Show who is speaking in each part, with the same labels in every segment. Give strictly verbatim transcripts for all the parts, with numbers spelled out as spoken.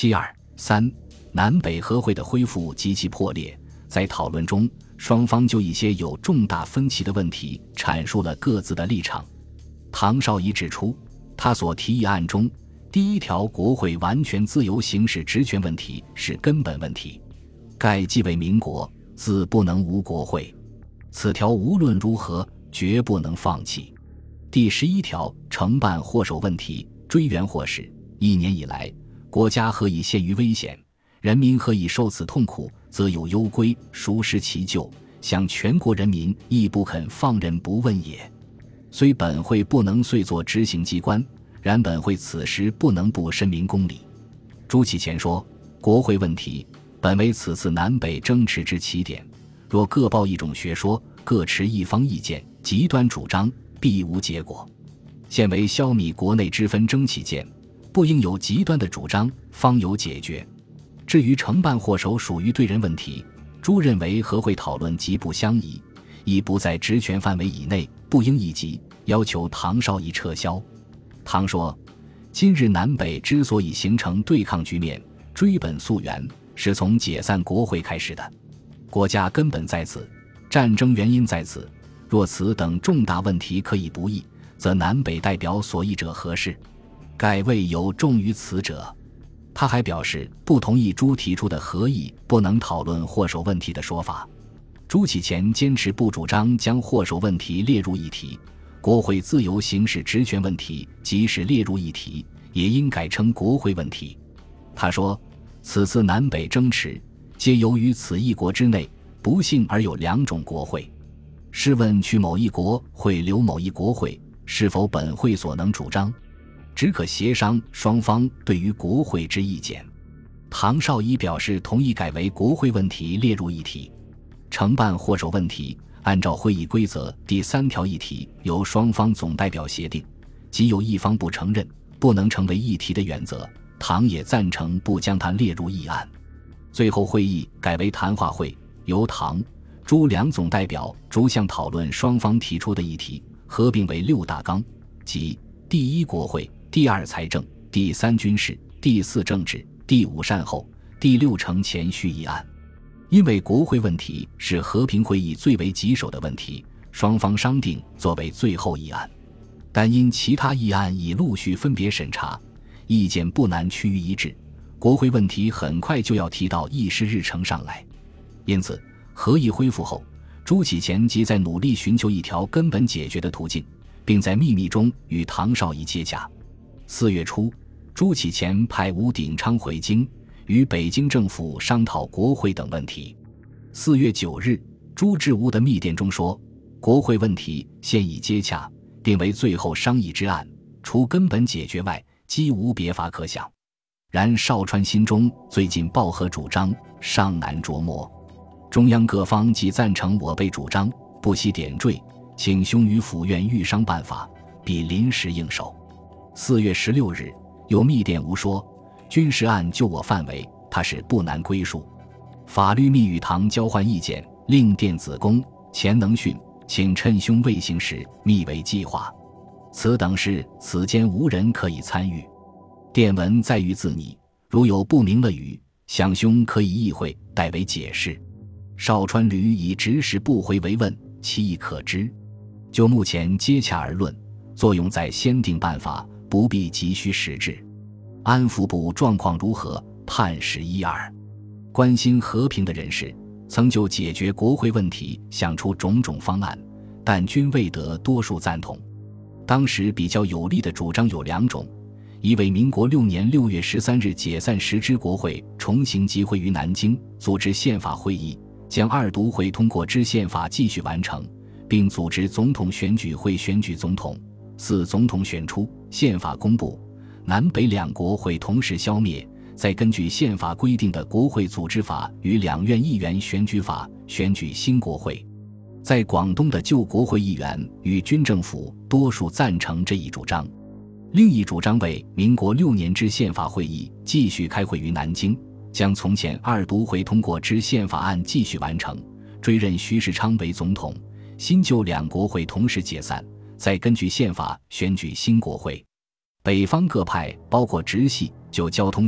Speaker 1: 七二三南北和会的恢复极其破裂，在讨论中，双方就一些有重大分歧的问题阐述了各自的立场。唐绍仪指出，他所提议案中第一条国会完全自由行使职权问题是根本问题，盖既为民国，自不能无国会，此条无论如何绝不能放弃。第十一条承办祸首问题追源祸始，一年以来，国家何以陷于危险，人民何以受此痛苦，则有攸归，孰失其咎，想全国人民亦不肯放任不问也。虽本会不能遂作执行机关，然本会此时不能不申明公理。朱启潜说，国会问题本为此次南北争持之起点，若各抱一种学说，各持一方意见，极端主张，必无结果。现为消弭国内之纷争起见，不应有极端的主张，方有解决。至于承办祸首属于对人问题，朱认为和会讨论极不相宜，亦不在职权范围以内，不应一及，要求唐绍仪撤销。唐说，今日南北之所以形成对抗局面，追本溯源，是从解散国会开始的。国家根本在此，战争原因在此，若此等重大问题可以不议，则南北代表所议者何事？盖未有重于此者。他还表示不同意朱提出的合议不能讨论祸首问题的说法。朱启潜坚持不主张将祸首问题列入议题，国会自由行使职权问题即使列入议题，也应改称国会问题。他说，此次南北争持，皆由于此一国之内不幸而有两种国会。试问去某一国会留某一国会，是否本会所能主张？只可协商双方对于国会之意见。唐绍仪表示同意改为国会问题列入议题。承办祸首问题按照会议规则第三条议题由双方总代表协定，即有一方不承认，不能成为议题的原则，唐也赞成不将它列入议案。最后会议改为谈话会，由唐、朱两总代表逐项讨论双方提出的议题，合并为六大纲，即第一国会，第二财政，第三军事，第四政治，第五善后，第六程前序议案。因为国会问题是和平会议最为棘手的问题，双方商定作为最后议案，但因其他议案已陆续分别审查，意见不难趋于一致，国会问题很快就要提到议事日程上来。因此合议恢复后，朱启潜即在努力寻求一条根本解决的途径，并在秘密中与唐绍仪接洽。四月初，朱启潜派吴鼎昌回京，与北京政府商讨国会等问题。四月九日，朱至吴的密电中说，国会问题现已接洽，定为最后商议之案，除根本解决外，几无别法可想。然邵川心中最近抱何主张，尚难琢磨。中央各方既赞成我辈主张，不惜点缀，请兄于府院预商办法，必临时应手。四月十六日，有密电吴说，军事案就我范围，他是不难归属。法律密与唐交换意见，令电子公钱能训，请趁兄未行时密为计划。此等事，此间无人可以参与。电文在于自拟，如有不明了语，想兄可以意会，代为解释。邵川屡以直使不回为问，其意可知。就目前接洽而论，作用在先定办法，不必急需实质。安抚部状况如何，判实一二。关心和平的人士曾就解决国会问题想出种种方案，但均未得多数赞同。当时比较有力的主张有两种，一为民国六年六月十三日解散时之国会重新集会于南京，组织宪法会议，将二读会通过之宪法继续完成，并组织总统选举会选举总统，四总统选出，宪法公布，南北两国会同时消灭，再根据宪法规定的国会组织法与两院议员选举法选举新国会。在广东的旧国会议员与军政府多数赞成这一主张。另一主张为民国六年之宪法会议继续开会于南京，将从前二读会通过之宪法案继续完成，追任徐世昌为总统，新旧两国会同时解散，再根据宪法选举新国会。北方各派包括直系、就交通系、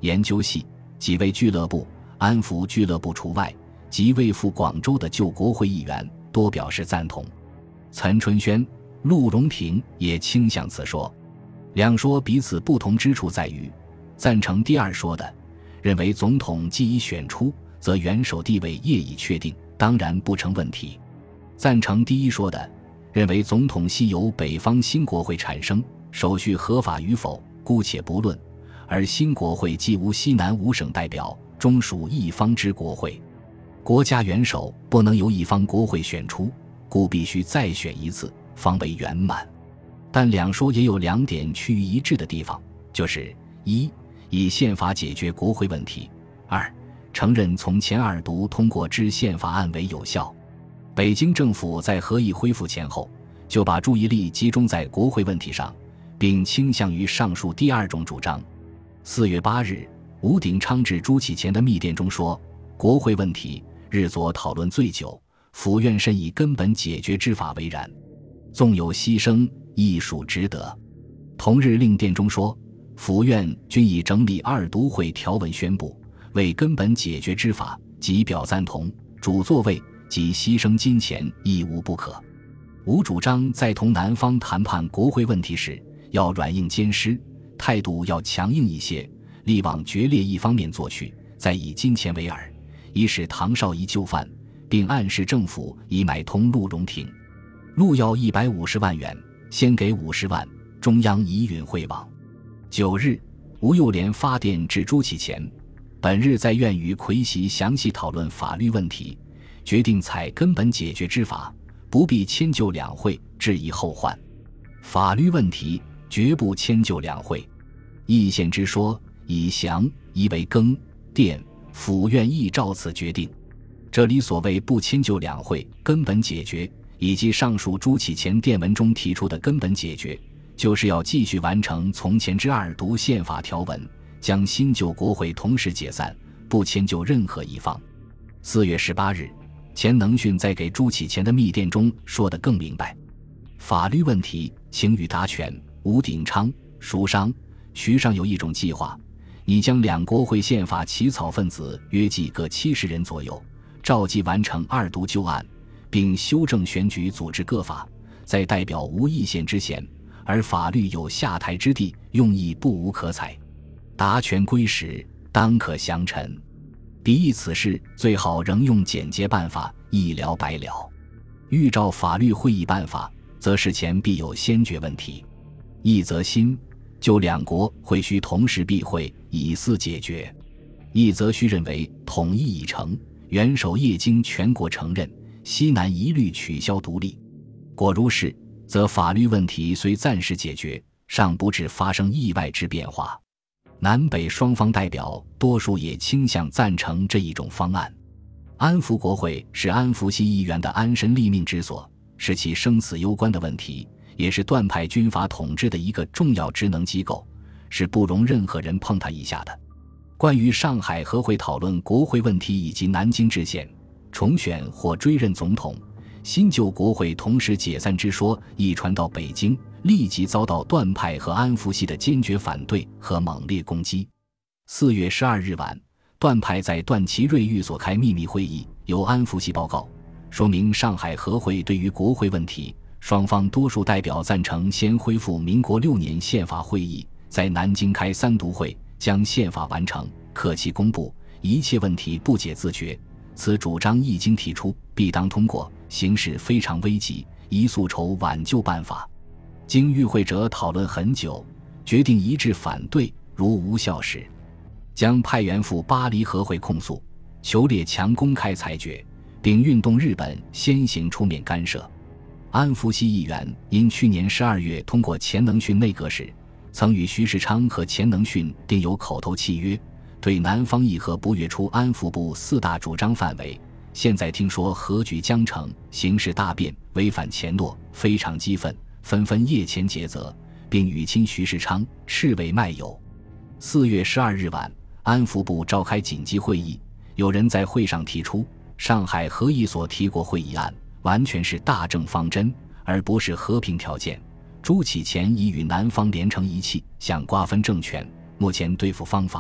Speaker 1: 研究系、几位俱乐部、安福俱乐部除外及未赴广州的旧国会议员多表示赞同。岑春轩、陆荣廷也倾向此说。两说彼此不同之处在于，赞成第二说的认为总统既已选出，则元首地位业已确定，当然不成问题。赞成第一说的认为总统系由北方新国会产生，手续合法与否姑且不论，而新国会既无西南五省代表，终属一方之国会，国家元首不能由一方国会选出，故必须再选一次方为圆满。但两说也有两点趋于一致的地方，就是一以宪法解决国会问题，二承认从前二读通过之宪法案为有效。北京政府在合议恢复前后就把注意力集中在国会问题上，并倾向于上述第二种主张。四月八日，吴鼎昌致朱启潜的密电中说，国会问题日左讨论最久，府院甚以根本解决之法为然，纵有牺牲亦属值得。同日令电中说，府院均以整理二读会条文宣布，为根本解决之法，即表赞同，主座位及牺牲金钱亦无不可。吴主张在同南方谈判国会问题时，要软硬兼施，态度要强硬一些，力往决裂一方面做去，再以金钱为饵，以使唐绍仪就范，并暗示政府以买通陆荣廷。陆要一百五十万元，先给五十万，中央以允会往。九日，吴幼莲发电至朱启潜，本日在院与魁席详细讨论法律问题，决定采根本解决之法，不必迁就两会，置以后患。法律问题绝不迁就两会。议宪之说，以详宜为更电府院亦照此决定。这里所谓不迁就两会，根本解决，以及上述朱启潜电文中提出的根本解决，就是要继续完成从前之二读宪法条文，将新旧国会同时解散，不迁就任何一方。四月十八日，钱能训在给朱启潜的密电中说得更明白，法律问题请与达权、吴鼎昌、舒商、徐尚有一种计划，你将两国会宪法起草分子约计各七十人左右，召集完成二读旧案，并修正选举组织各法，再代表无议宪之嫌，而法律有下台之地，用意不无可采。达权归时，当可详陈。彼议此事最好仍用简洁办法，一了百了。欲照法律会议办法，则事前必有先决问题。一则新，就两国会须同时闭会，以四解决；一则须认为统一已成，元首业经全国承认，西南一律取消独立。果如是，则法律问题虽暂时解决，尚不致发生意外之变化。南北双方代表多数也倾向赞成这一种方案。安福国会是安福系议员的安身立命之所，是其生死攸关的问题，也是段派军阀统治的一个重要职能机构，是不容任何人碰它一下的。关于上海和会讨论国会问题以及南京制宪、重选或追认总统、新旧国会同时解散之说一传到北京，立即遭到段派和安福系的坚决反对和猛烈攻击。四月十二日晚，段派在段祺瑞寓所开秘密会议，由安福系报告，说明上海和会对于国会问题，双方多数代表赞成先恢复民国六年宪法会议，在南京开三读会，将宪法完成，克期公布，一切问题不解自决。此主张一经提出，必当通过，形势非常危急，宜速筹挽救办法。经与会者讨论很久，决定一致反对，如无效时，将派员赴巴黎和会控诉，求列强公开裁决，并运动日本先行出面干涉。安福系议员因去年十二月通过钱能训内阁时，曾与徐世昌和钱能训订有口头契约，对南方议和不越出安福部四大主张范围。现在听说和局将成，形势大变，违反前诺，非常激愤，纷纷夜前诘责，并语亲徐世昌，斥为卖友。四月十二日晚，安福部召开紧急会议，有人在会上提出，上海和议所提过会议案完全是大政方针，而不是和平条件。朱启潜已与南方连成一气，想瓜分政权，目前对付方法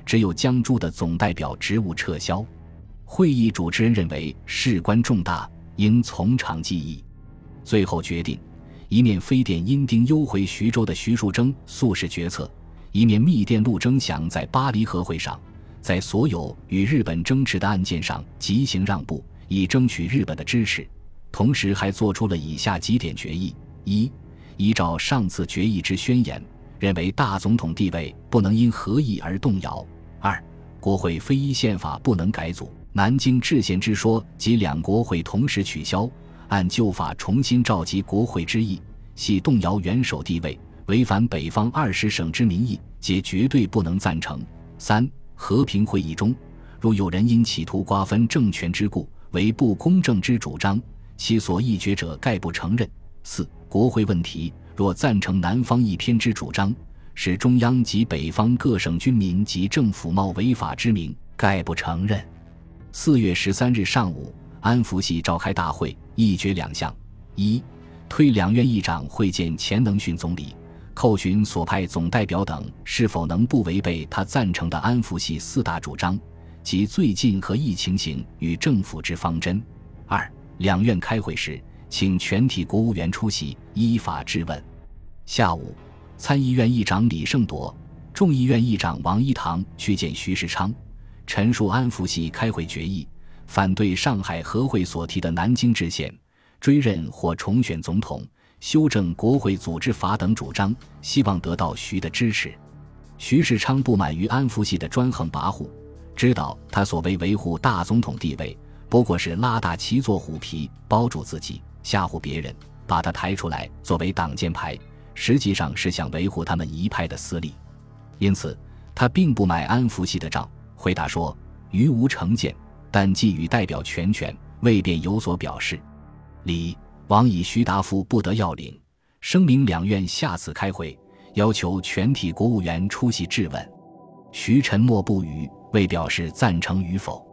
Speaker 1: 只有江诸的总代表职务撤销。会议主持人认为事关重大，应从长计议，最后决定一面飞电因丁幽回徐州的徐树铮速试决策，一面密电陆征祥在巴黎和会上在所有与日本争持的案件上即行让步，以争取日本的支持。同时还做出了以下几点决议：一、依照上次决议之宣言，认为大总统地位不能因合议而动摇；二、国会非依宪法不能改组，南京制宪之说及两国会同时取消，按旧法重新召集国会之意，系动摇元首地位，违反北方二十省之民意，皆绝对不能赞成。三、和平会议中，如有人因企图瓜分政权之故，为不公正之主张，其所议决者概不承认。四、国会问题若赞成南方一偏之主张，使中央及北方各省军民及政府冒违法之名，概不承认。四月十三日上午，安福系召开大会，议决两项：一、推两院议长会见钱能训总理，叩询所派总代表等是否能不违背他赞成的安福系四大主张及最近和疫情形与政府之方针；二、两院开会时，请全体国务员出席，依法质问。下午，参议院议长李胜铎、众议院议长王一堂去见徐世昌，陈述安福系开会决议，反对上海和会所提的南京制宪、追认或重选总统、修正国会组织法等主张，希望得到徐的支持。徐世昌不满于安福系的专横跋扈，知道他所谓维护大总统地位，不过是拉大旗做虎皮，包住自己，吓唬别人，把他抬出来作为挡箭牌，实际上是想维护他们一派的私利。因此他并不买安福系的账，回答说：余无成见，但寄予代表全权，未便有所表示。李、王以徐答复不得要领，声明两院下次开会，要求全体国务员出席质问。徐沉默不语，未表示赞成与否。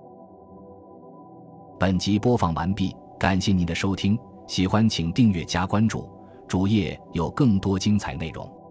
Speaker 1: 本集播放完毕，感谢您的收听，喜欢请订阅加关注，主页有更多精彩内容。